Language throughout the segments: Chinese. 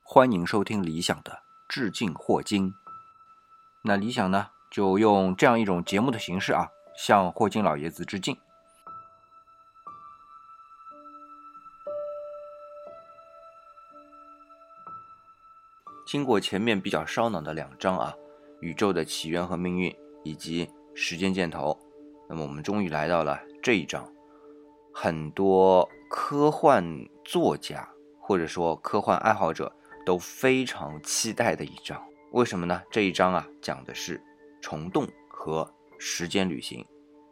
欢迎收听理想的致敬霍金。那理想呢，就用这样一种节目的形式向霍金老爷子致敬。经过前面比较烧脑的2章宇宙的起源和命运以及时间箭头，那么我们终于来到了这一章，很多科幻作家或者说科幻爱好者都非常期待的一章。为什么呢？这一章讲的是虫洞和时间旅行。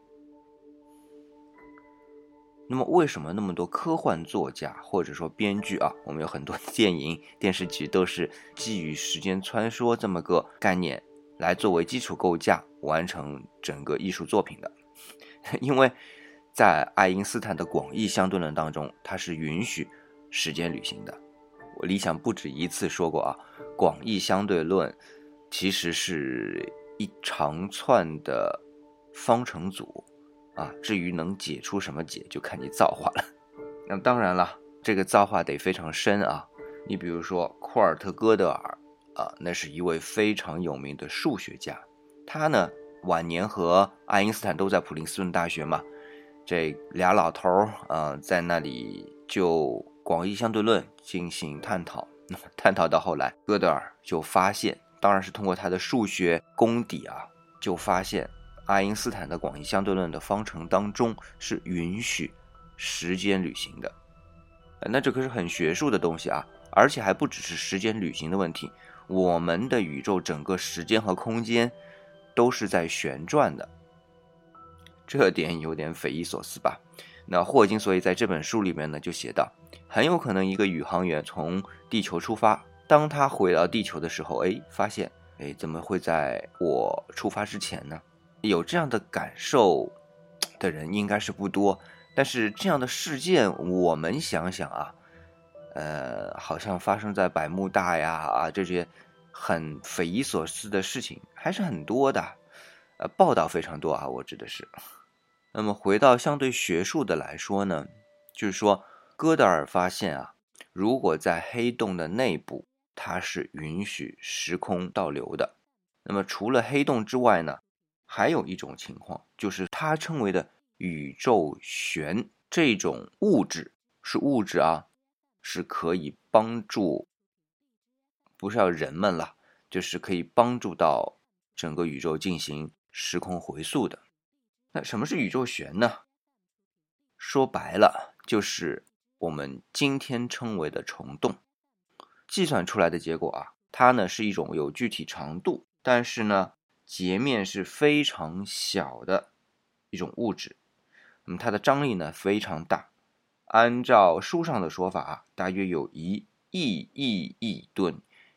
那么为什么那么多科幻作家或者说编剧我们有很多电影电视剧都是基于时间穿梭这么个概念来作为基础构架完成整个艺术作品的？因为在爱因斯坦的广义相对论当中，它是允许时间旅行的。我理想不止一次说过广义相对论其实是一长串的方程组至于能解出什么解就看你造化了。那么当然了，这个造化得非常深你比如说库尔特·哥德尔那是一位非常有名的数学家，他呢晚年和爱因斯坦都在普林斯顿大学嘛，这俩老头在那里就广义相对论进行探讨。那么探讨到后来，哥德尔就发现，当然是通过他的数学功底就发现爱因斯坦的广义相对论的方程当中是允许时间旅行的。那这可是很学术的东西而且还不只是时间旅行的问题，我们的宇宙整个时间和空间都是在旋转的，这点有点匪夷所思吧？那霍金所以在这本书里面呢就写到，很有可能一个宇航员从地球出发，当他回到地球的时候发现怎么会在我出发之前呢？有这样的感受的人应该是不多，但是这样的事件我们想想好像发生在百慕大这些很匪夷所思的事情还是很多的，报道非常多我指的是。那么回到相对学术的来说呢，就是说哥德尔发现如果在黑洞的内部，它是允许时空倒流的。那么除了黑洞之外呢，还有一种情况，就是他称为的宇宙旋，这种物质是物质是可以帮助，不是要人们了，就是可以帮助到整个宇宙进行时空回溯的。那什么是宇宙旋呢？说白了就是我们今天称为的虫洞。计算出来的结果它呢是一种有具体长度，但是呢截面是非常小的一种物质。那么它的张力呢非常大，按照书上的说法大约有1亿吨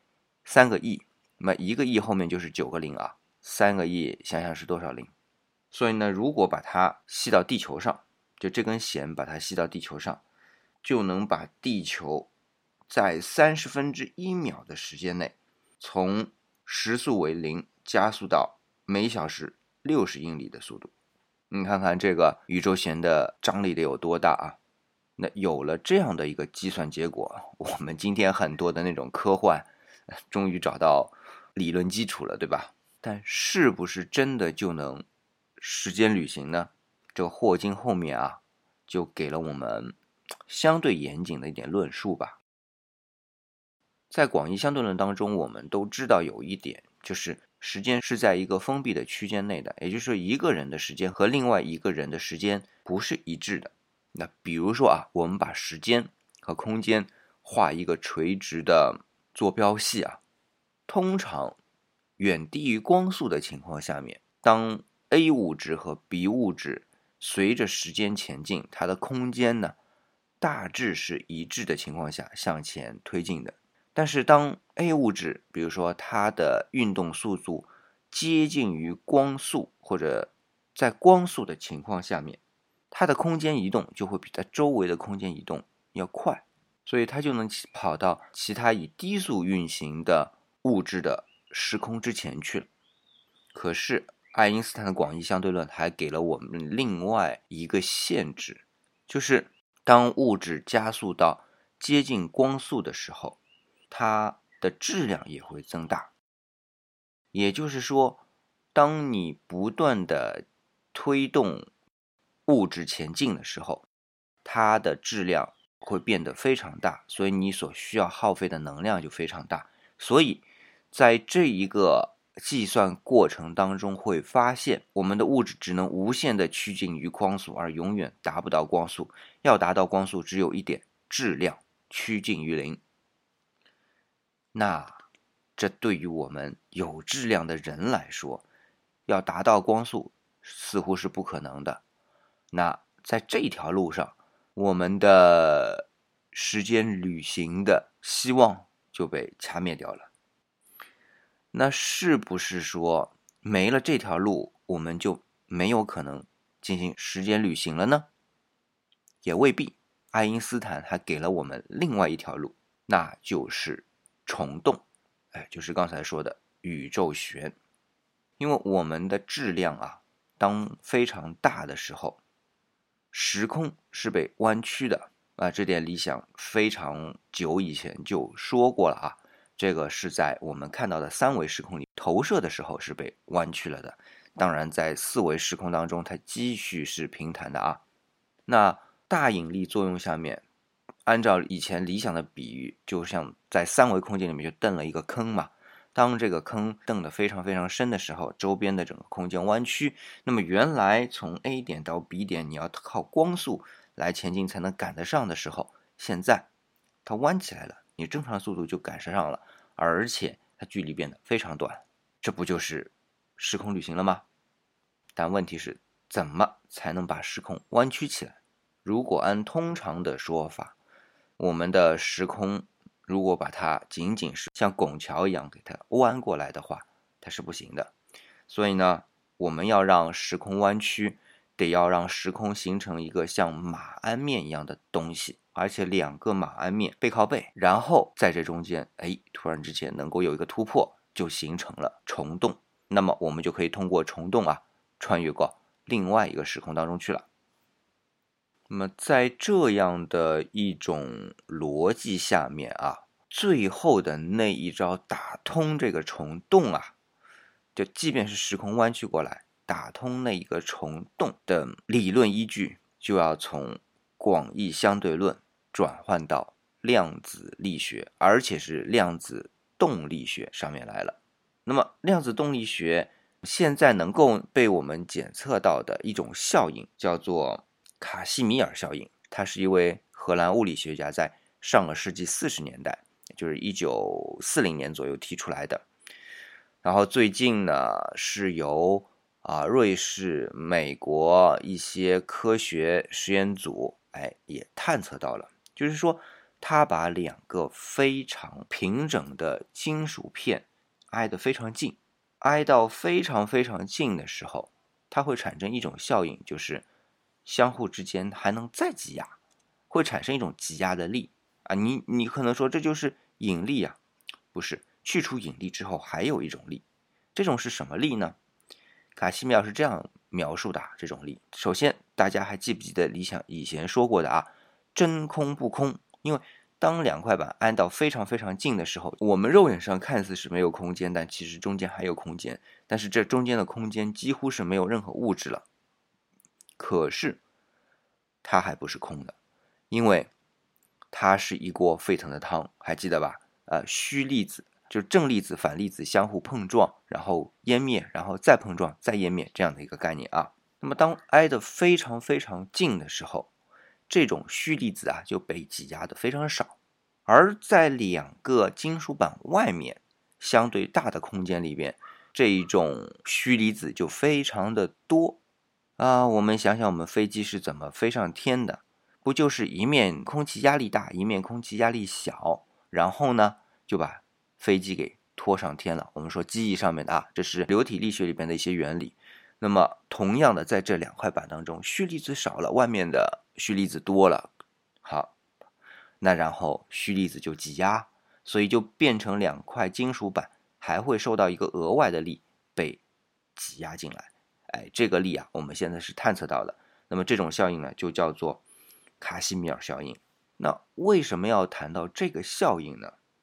，3个亿，那么1个亿后面就是9个零3个亿想想是多少零？所以呢，如果把它吸到地球上，就这根弦把它吸到地球上，就能把地球在1/30秒的时间内，从时速为0加速到每小时60英里的速度。你看看这个宇宙弦的张力得有多大那有了这样的一个计算结果，我们今天很多的那种科幻终于找到理论基础了，对吧？但是不是真的就能时间旅行呢？这霍金后面就给了我们相对严谨的一点论述吧。在广义相对论当中，我们都知道有一点，就是时间是在一个封闭的区间内的，也就是说一个人的时间和另外一个人的时间不是一致的。那比如说我们把时间和空间画一个垂直的坐标系通常远低于光速的情况下面，当 A 物质和 B 物质随着时间前进，它的空间呢大致是一致的情况下向前推进的。但是当 A 物质比如说它的运动速度接近于光速，或者在光速的情况下面，它的空间移动就会比它周围的空间移动要快，所以它就能跑到其他以低速运行的物质的时空之前去了。可是爱因斯坦的广义相对论还给了我们另外一个限制，就是当物质加速到接近光速的时候， 它的质量也会增大。也就是说，当你不断的推动物质前进的时候，它的质量会变得非常大，所以你所需要耗费的能量就非常大。所以在这一个计算过程当中会发现，我们的物质只能无限的趋近于光速，而永远达不到光速。要达到光速，只有一点，质量趋近于零。那这对于我们有质量的人来说，要达到光速似乎是不可能的。那在这条路上，我们的时间旅行的希望就被掐灭掉了。那是不是说没了这条路，我们就没有可能进行时间旅行了呢？也未必。爱因斯坦还给了我们另外一条路，那就是虫洞，就是刚才说的宇宙旋。因为我们的质量啊，当非常大的时候，时空是被弯曲的啊，这点理想非常久以前就说过了啊。这个是在我们看到的三维时空里投射的时候是被弯曲了的，当然在四维时空当中它继续是平坦的啊。那大引力作用下面，按照以前理想的比喻，就像在三维空间里面就蹬了一个坑嘛。当这个坑蹬得非常非常深的时候，周边的整个空间弯曲，那么原来从 A 点到 B 点你要靠光速来前进才能赶得上的时候，现在它弯起来了，你正常速度就赶上了，而且它距离变得非常短，这不就是时空旅行了吗？但问题是，怎么才能把时空弯曲起来？如果按通常的说法，我们的时空如果把它仅仅是像拱桥一样给它弯过来的话，它是不行的。所以呢，我们要让时空弯曲，得要让时空形成一个像马鞍面一样的东西，而且两个马鞍面背靠背，然后在这中间，突然之间能够有一个突破，就形成了虫洞。那么我们就可以通过虫洞啊，穿越过另外一个时空当中去了。那么在这样的一种逻辑下面啊，最后的那一招打通这个虫洞啊，就即便是时空弯曲过来，打通那一个虫洞的理论依据，就要从广义相对论转换到量子力学，而且是量子动力学上面来了。那么量子动力学现在能够被我们检测到的一种效应叫做卡西米尔效应，它是一位荷兰物理学家在上个世纪40年代，也就是1940年左右提出来的。然后最近呢，是由瑞士、美国一些科学实验组也探测到了，就是说它把两个非常平整的金属片挨得非常近，挨到非常非常近的时候，它会产生一种效应，就是相互之间还能再挤压，会产生一种挤压的力啊。你可能说这就是引力啊，不是，去除引力之后还有一种力，这种是什么力呢？卡西米尔是这样描述的这种力。首先，大家还记不记得理想以前说过的啊？真空不空，因为当两块板挨到非常非常近的时候，我们肉眼上看似是没有空间，但其实中间还有空间，但是这中间的空间几乎是没有任何物质了。可是它还不是空的，因为它是一锅沸腾的汤，还记得吧？虚粒子就是正粒子、反粒子相互碰撞，然后湮灭，然后再碰撞、再湮灭这样的一个概念啊。那么当挨得非常非常近的时候，这种虚粒子啊就被挤压的非常少，而在两个金属板外面相对大的空间里边，这一种虚离子就非常的多啊。我们想想，我们飞机是怎么飞上天的？不就是一面空气压力大，一面空气压力小，然后呢就把飞机给拖上天了。我们说机翼上面的啊，这是流体力学里边的一些原理。那么同样的，在这两块板当中，虚离子少了，外面的虚离子多了，好，那然后虚离子就挤压，所以就变成两块金属板还会受到一个额外的力被挤压进来。这个力啊，我们现在是探测到的。那么这种效应呢，就叫做卡西米尔效应。那为什么要谈到这个效应呢？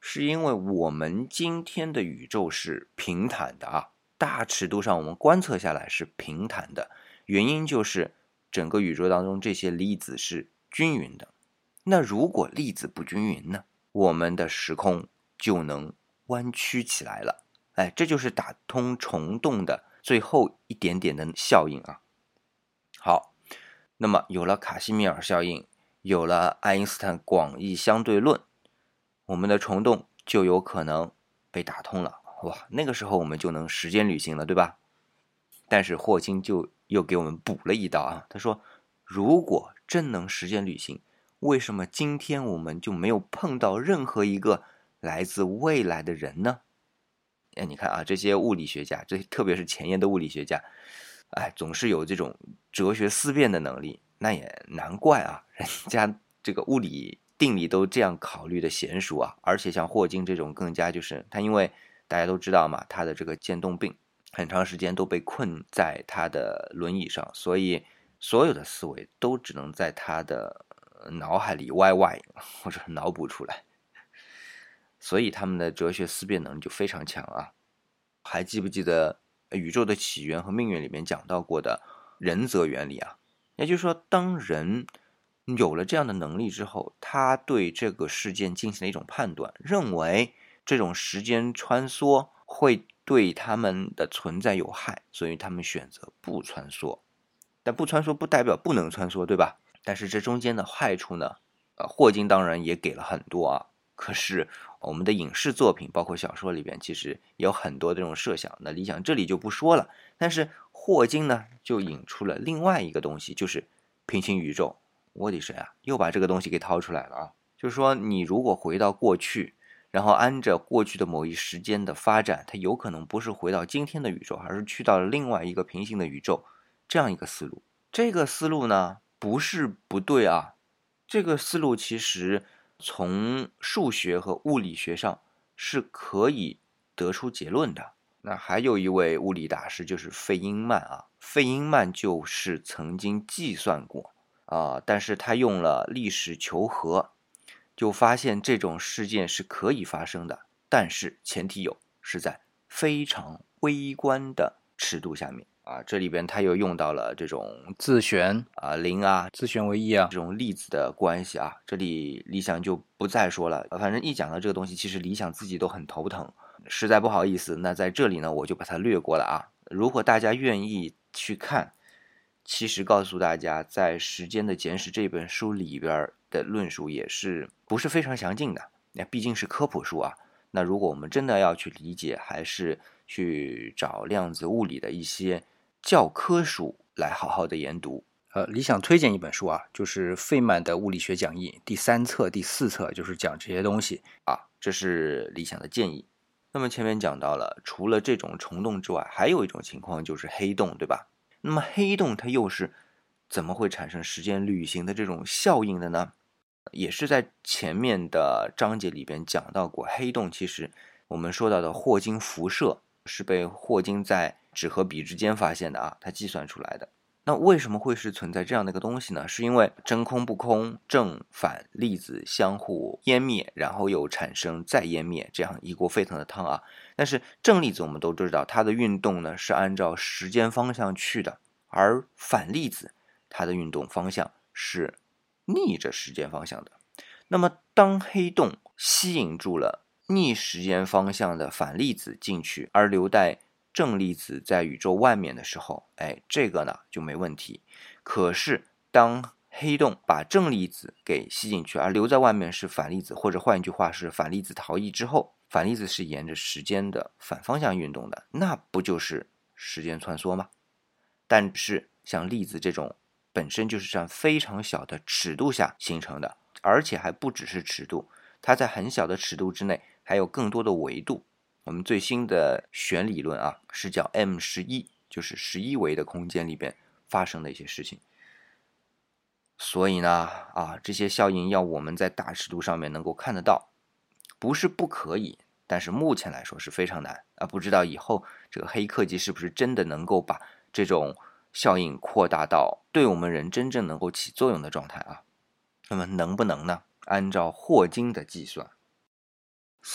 是因为我们今天的宇宙是平坦的啊，大尺度上我们观测下来是平坦的，原因就是整个宇宙当中这些粒子是均匀的。那如果粒子不均匀呢，我们的时空就能弯曲起来了。这就是打通虫洞的最后一点点的效应啊。好，那么有了卡西米尔效应，有了爱因斯坦广义相对论，我们的虫洞就有可能被打通了。哇，那个时候我们就能时间旅行了，对吧？但是霍金就又给我们补了一刀啊，他说如果真能时间旅行，为什么今天我们就没有碰到任何一个来自未来的人呢？你看啊，这些物理学家，特别是前沿的物理学家，总是有这种哲学思辨的能力，那也难怪啊，人家这个物理定理都这样考虑的娴熟啊。而且像霍金这种更加就是他，因为大家都知道嘛，他的这个渐冻病，很长时间都被困在他的轮椅上，所以所有的思维都只能在他的脑海里歪或者脑补出来，所以他们的哲学思辨能力就非常强啊。还记不记得宇宙的起源和命运里面讲到过的人则原理啊？也就是说，当人有了这样的能力之后，他对这个事件进行了一种判断，认为这种时间穿梭会对他们的存在有害，所以他们选择不穿梭。但不穿梭不代表不能穿梭，对吧？但是这中间的害处呢，霍金当然也给了很多啊。可是我们的影视作品包括小说里边其实有很多这种设想，那理想这里就不说了。但是霍金呢就引出了另外一个东西，就是平行宇宙。我的神啊，又把这个东西给掏出来了啊！就是说你如果回到过去，然后按照过去的某一时间的发展，它有可能不是回到今天的宇宙，而是去到了另外一个平行的宇宙，这样一个思路。这个思路呢不是不对啊，这个思路其实从数学和物理学上是可以得出结论的。那还有一位物理大师就是费因曼啊，费因曼就是曾经计算过但是他用了历史求和，就发现这种事件是可以发生的，但是前提是在非常微观的尺度下面这里边他又用到了这种自旋零啊， 自旋为一啊， 这种粒子的关系啊，这里理想就不再说了。反正一讲到这个东西，其实理想自己都很头疼，实在不好意思。那在这里呢，我就把它略过了啊。如果大家愿意去看，其实告诉大家，在《时间的简史》这本书里边的论述也是不是非常详尽的。那毕竟是科普书啊。那如果我们真的要去理解，还是去找量子物理的一些教科书来好好的研读。 理想推荐一本书啊，就是费曼的物理学讲义第3册、第4册，就是讲这些东西这是理想的建议。那么前面讲到了，除了这种虫洞之外，还有一种情况就是黑洞，对吧？那么黑洞它又是怎么会产生时间旅行的这种效应的呢？也是在前面的章节里边讲到过，黑洞其实我们说到的霍金辐射是被霍金在纸和笔之间发现的他计算出来的。那为什么会是存在这样的一个东西呢？是因为真空不空，正反粒子相互湮灭，然后又产生再湮灭，这样一锅沸腾的汤但是正粒子我们都知道，它的运动呢是按照时间方向去的，而反粒子它的运动方向是逆着时间方向的。那么当黑洞吸引住了逆时间方向的反粒子进去，而留待正粒子在宇宙外面的时候，这个呢就没问题。可是当黑洞把正粒子给吸进去，而留在外面是反粒子，或者换一句话是反粒子逃逸之后，反粒子是沿着时间的反方向运动的，那不就是时间穿梭吗？但是像粒子这种本身就是在非常小的尺度下形成的，而且还不只是尺度，它在很小的尺度之内还有更多的维度。我们最新的弦理论是叫 M11， 就是11维的空间里边发生的一些事情。所以呢这些效应要我们在大尺度上面能够看得到，不是不可以，但是目前来说是非常难不知道以后这个黑科技是不是真的能够把这种效应扩大到对我们人真正能够起作用的状态那么能不能呢？按照霍金的计算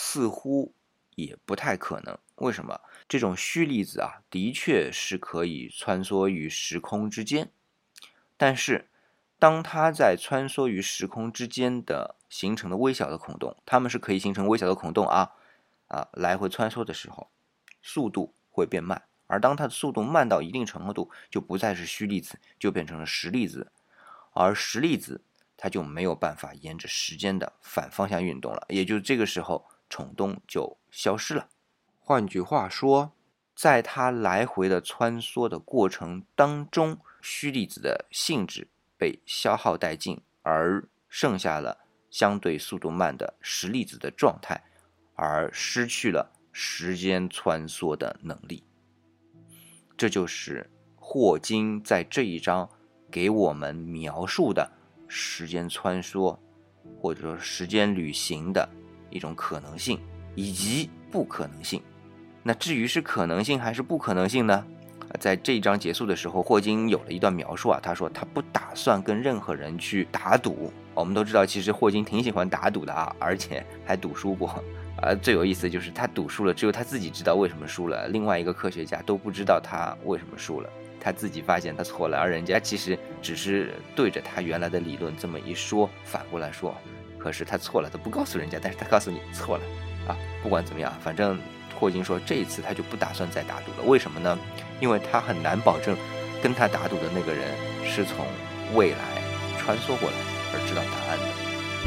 似乎也不太可能。为什么？这种虚粒子啊，的确是可以穿梭于时空之间，但是当它在穿梭于时空之间的形成的微小的孔洞，它们是可以形成微小的孔洞来回穿梭的时候，速度会变慢，而当它的速度慢到一定程度，就不再是虚粒子，就变成了实粒子，而实粒子它就没有办法沿着时间的反方向运动了，也就这个时候虫洞就消失了。换句话说，在它来回的穿梭的过程当中，虚粒子的性质被消耗殆尽，而剩下了相对速度慢的实粒子的状态，而失去了时间穿梭的能力。这就是霍金在这一章给我们描述的时间穿梭或者说时间旅行的一种可能性以及不可能性。那至于是可能性还是不可能性呢？在这一章结束的时候，霍金有了一段描述他说他不打算跟任何人去打赌。我们都知道其实霍金挺喜欢打赌的而且还赌输过。最有意思的就是他赌输了，只有他自己知道为什么输了，另外一个科学家都不知道他为什么输了，他自己发现他错了，而人家其实只是对着他原来的理论这么一说，反过来说，可是他错了，他不告诉人家，但是他告诉你错了不管怎么样，反正霍金说这一次他就不打算再打赌了。为什么呢？因为他很难保证跟他打赌的那个人是从未来穿梭过来而知道答案的。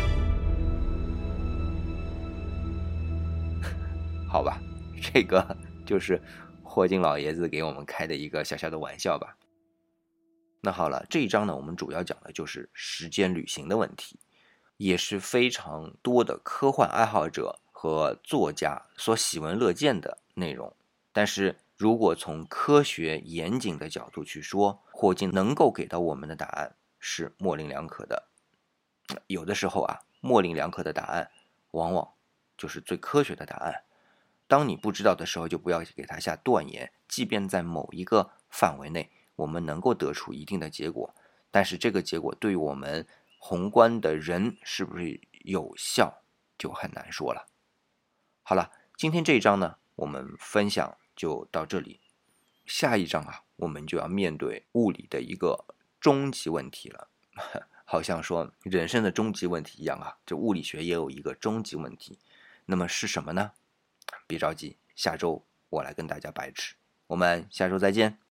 好吧，这个就是霍金老爷子给我们开的一个小小的玩笑吧。那好了，这一章呢，我们主要讲的就是时间旅行的问题，也是非常多的科幻爱好者和作家所喜闻乐见的内容。但是如果从科学严谨的角度去说，霍金能够给到我们的答案是模棱两可的。有的时候模棱两可的答案往往就是最科学的答案。当你不知道的时候，就不要给它下断言，即便在某一个范围内我们能够得出一定的结果，但是这个结果对于我们宏观的人是不是有效就很难说了。好了，今天这一章呢，我们分享就到这里。下一章我们就要面对物理的一个终极问题了。好像说人生的终极问题一样这物理学也有一个终极问题。那么是什么呢？别着急，下周我来跟大家掰扯。我们下周再见。